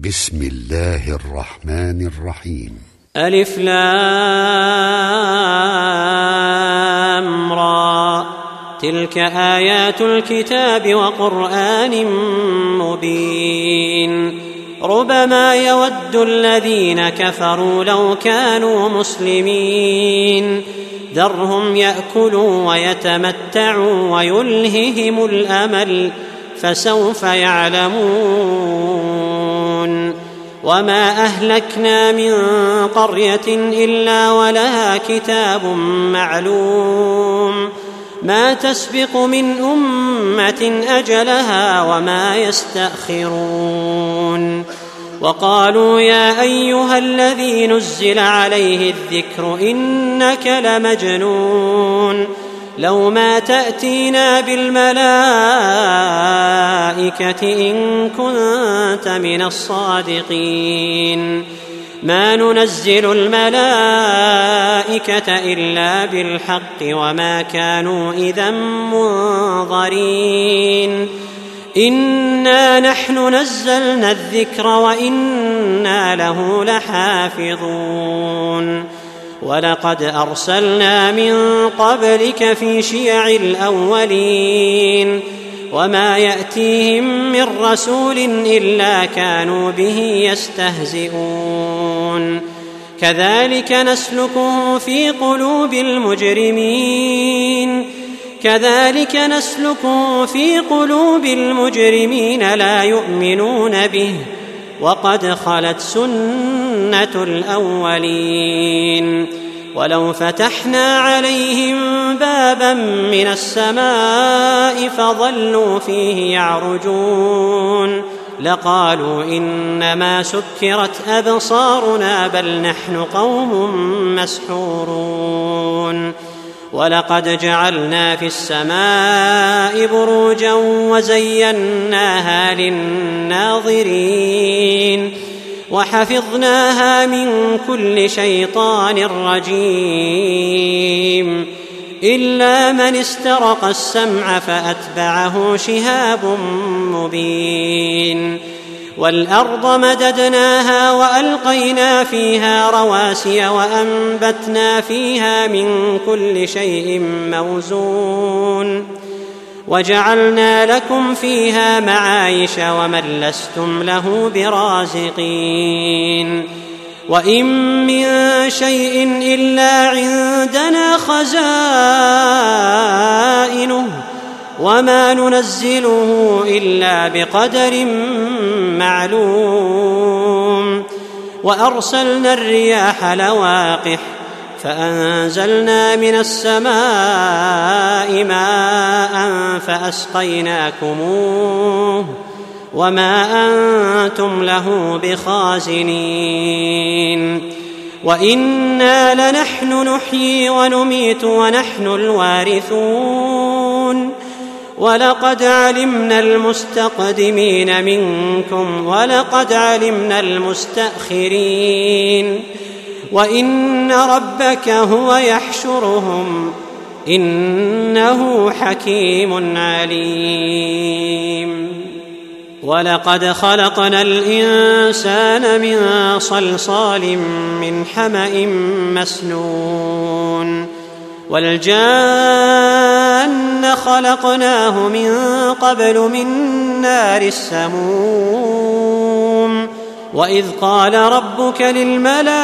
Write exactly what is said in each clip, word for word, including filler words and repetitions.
بسم الله الرحمن الرحيم. ألف لام را، تلك آيات الكتاب وقرآن مبين. ربما يود الذين كفروا لو كانوا مسلمين، ذرهم يأكلوا ويتمتعوا ويلههم الأمل، فسوف يعلمون. وما أهلكنا من قرية إلا ولها كتاب معلوم، ما تسبق من أمة أجلها وما يستأخرون. وقالوا يا أيها الذي نزل عليه الذكر إنك لمجنون، لو ما تأتينا بالملائكة إن كنت من الصادقين. ما ننزل الملائكة إلا بالحق وما كانوا إذا منظرين. إنا نحن نزلنا الذكر وإنا له لحافظون. ولقد أرسلنا من قبلك في شيع الأولين، وما يأتيهم من رسول إلا كانوا به يستهزئون. كذلك نسلكه في قلوب المجرمين كذلك نسلكه في قلوب المجرمين لا يؤمنون به، وقد خلت سنة الأولين. ولو فتحنا عليهم بابا من السماء فظلوا فيه يعرجون لقالوا إنما سكرت أبصارنا بل نحن قوم مسحورون. ولقد جعلنا في السماء بروجا وزيناها للناظرين وحفظناها من كل شيطان رجيم، إلا من استرق السمع فأتبعه شهاب مبين. والأرض مددناها وألقينا فيها رواسي وأنبتنا فيها من كل شيء موزون، وجعلنا لكم فيها معايش ومن لستم له برازقين. وإن من شيء إلا عندنا خزائنه وما ننزله إلا بقدر معلوم. وأرسلنا الرياح لواقح فأنزلنا من السماء ماء فأسقيناكموه وما أنتم له بخازنين. وإنا لنحن نحيي ونميت ونحن الوارثون. ولقد علمنا المستقدمين منكم ولقد علمنا المستأخرين. وإن ربك هو يحشرهم إنه حكيم عليم. ولقد خلقنا الإنسان من صلصال من حمأ مسنون. والجان خلقناه من قبل من نار السموم. وإذ قال ربك للملائكة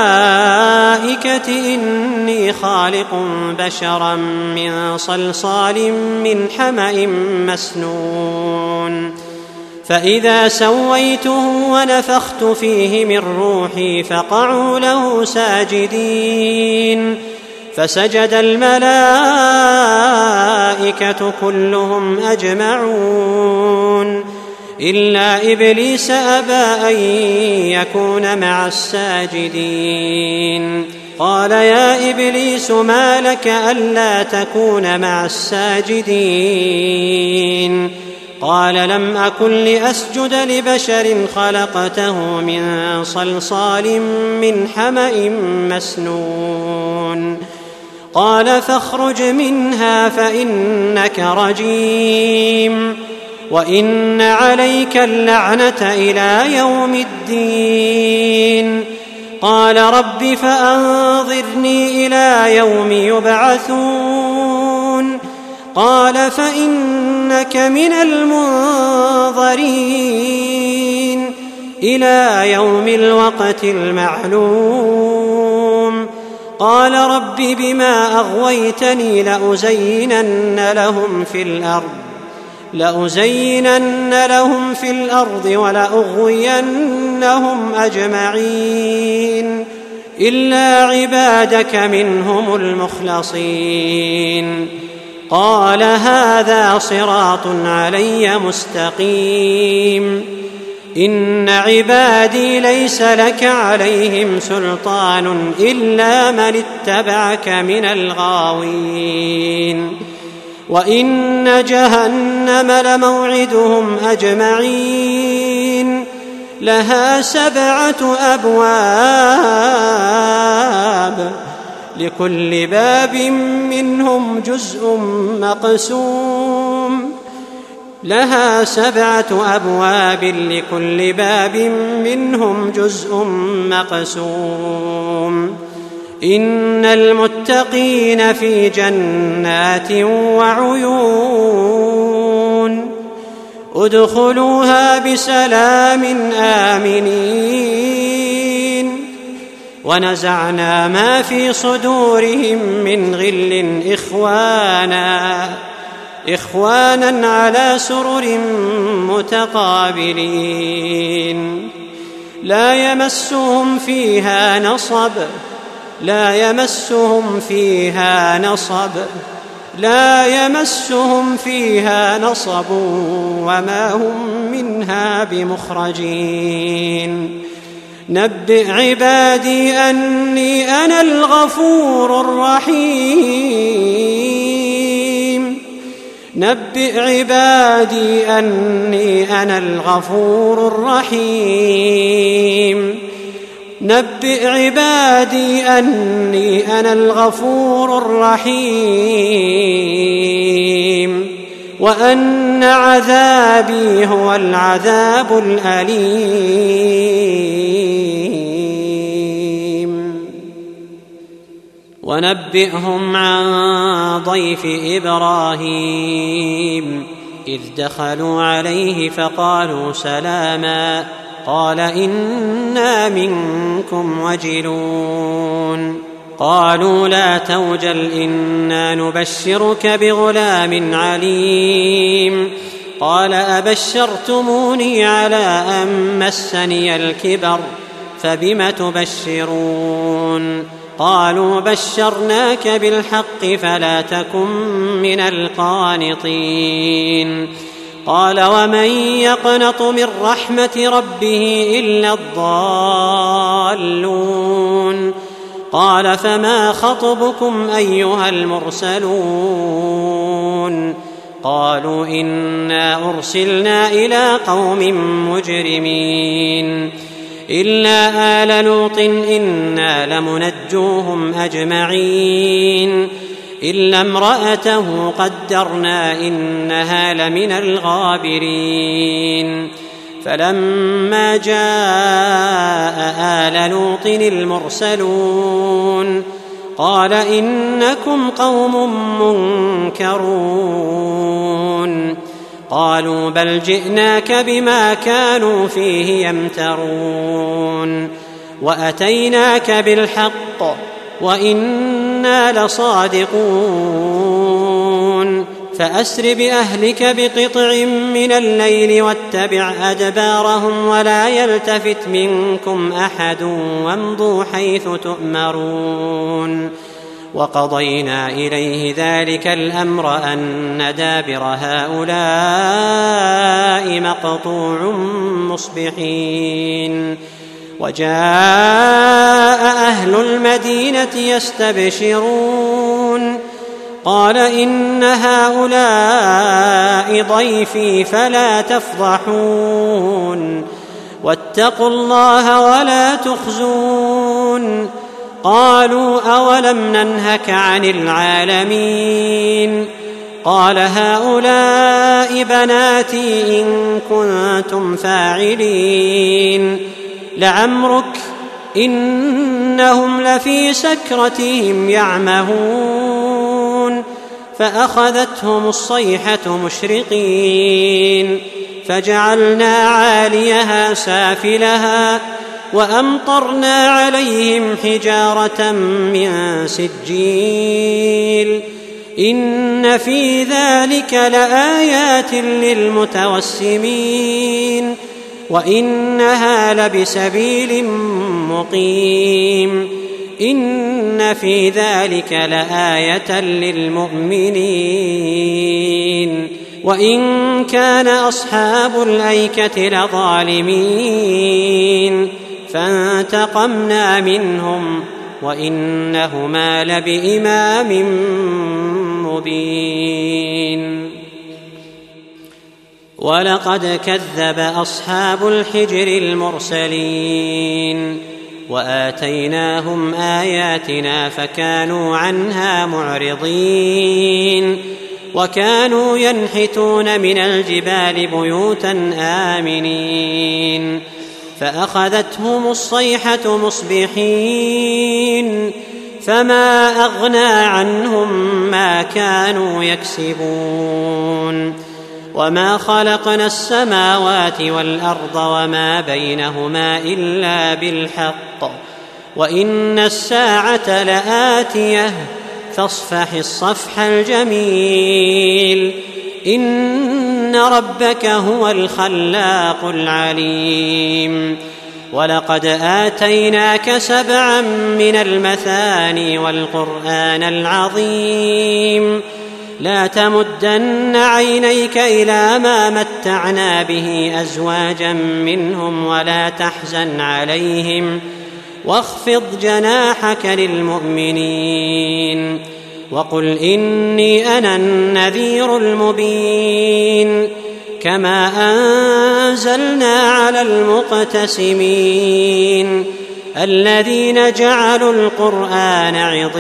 إني خالق بشرا من صلصال من حمأ مسنون، فإذا سويته ونفخت فيه من روحي فقعوا له ساجدين. فسجد الملائكة كلهم أجمعون إلا إبليس أبى أن يكون مع الساجدين. قال يا إبليس ما لك ألا تكون مع الساجدين؟ قال لم أكن لأسجد لبشر خلقته من صلصال من حمأ مسنون. قال فاخرج منها فإنك رجيم وإن عليك اللعنة إلى يوم الدين. قال رب فأنظرني إلى يوم يبعثون. قال فإنك من المنظرين إلى يوم الوقت المعلوم. قال رب بما أغويتني لأزينن لهم في الأرض لأزينن لهم في الأرض ولأغوينهم أجمعين إلا عبادك منهم المخلصين. قال هذا صراط علي مستقيم. إن عبادي ليس لك عليهم سلطان إلا من اتبعك من الغاوين. وإن جهنم لموعدهم أجمعين لها سبعة أبواب لكل باب منهم جزء مقسوم لها سبعة أبواب لكل باب منهم جزء مقسوم. إن المتقين في جنات وعيون ادخلوها بسلام آمنين. ونزعنا ما في صدورهم من غل إخوانا إخوانا على سرر متقابلين لا يمسهم فيها نصب لا يمسهم فيها نصب لا يمسهم فيها نصب وما هم منها بمخرجين. نبئ عبادي أني أنا الغفور الرحيم نبئ عبادي أني أنا الغفور الرحيم نبئ عبادي أني أنا الغفور الرحيم وأن عذابي هو العذاب الأليم. ونبئهم عن ضيف إبراهيم إذ دخلوا عليه فقالوا سلاما قال إنا منكم وجلون. قالوا لا توجل إنا نبشرك بغلام عليم. قال أبشرتموني على أن مسني الكبر فبم تبشرون. قالوا بشرناك بالحق فلا تكن من القانطين. قال ومن يقنط من رحمة ربه إلا الضالون. قال فما خطبكم أيها المرسلون. قالوا إنا أرسلنا إلى قوم مجرمين إلا آل لوط إنا لمنجوهم أجمعين إلا امرأته قدرنا إنها لمن الغابرين. فلما جاء آل لوط المرسلون قال إنكم قوم منكرون. قالوا بل جئناك بما كانوا فيه يمترون وأتيناك بالحق وإنا لصادقون. فأسر بأهلك بقطع من الليل واتبع أدبارهم ولا يلتفت منكم أحد وامضوا حيث تؤمرون. وقضينا إليه ذلك الأمر أن دابر هؤلاء مقطوع مصبحين. وجاء أهل المدينة يستبشرون قال إن هؤلاء ضيفي فلا تفضحون واتقوا الله ولا تخزون. قالوا أولم ننهك عن العالمين قال هؤلاء بناتي إن كنتم فاعلين لعمرك إنهم لفي سكرتهم يعمهون فأخذتهم الصيحة مشرقين فجعلنا عاليها سافلها وأمطرنا عليهم حجارة من سجيل إن في ذلك لآيات للمتوسمين وإنها لبسبيل مقيم إن في ذلك لآية للمؤمنين وإن كان أصحاب الأيكة لظالمين فانتقمنا منهم وإنهما لبإمام مبين ولقد كذب أصحاب الحجر المرسلين وآتيناهم آياتنا فكانوا عنها معرضين وكانوا ينحتون من الجبال بيوتا آمنين فأخذتهم الصيحة مصبحين فما أغنى عنهم ما كانوا يكسبون وما خلقنا السماوات والأرض وما بينهما إلا بالحق وإن الساعة لآتية فاصفح الصفح الجميل إن ربك هو الخلاق العليم ولقد آتيناك سبعا من المثاني والقرآن العظيم لا تمدن عينيك إلى ما متعنا به أزواجا منهم ولا تحزن عليهم واخفض جناحك للمؤمنين وقل إني أنا النذير المبين كما أنزلنا على المقتسمين الذين جعلوا القرآن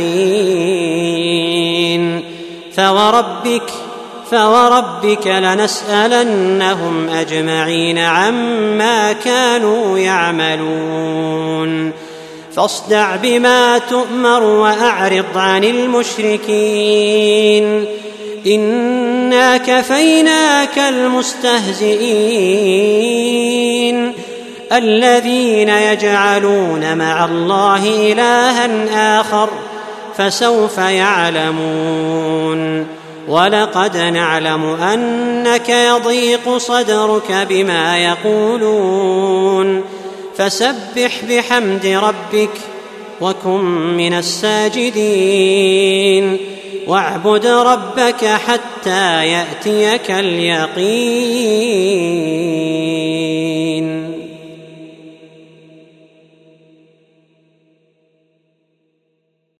عضين فوربك فوربك لنسألنهم أجمعين عما كانوا يعملون فاصدع بما تؤمر وأعرض عن المشركين إنا كفيناك المستهزئين الذين يجعلون مع الله إلها آخر فسوف يعلمون ولقد نعلم أنك يضيق صدرك بما يقولون فسبح بحمد ربك وكن من الساجدين واعبد ربك حتى يأتيك اليقين.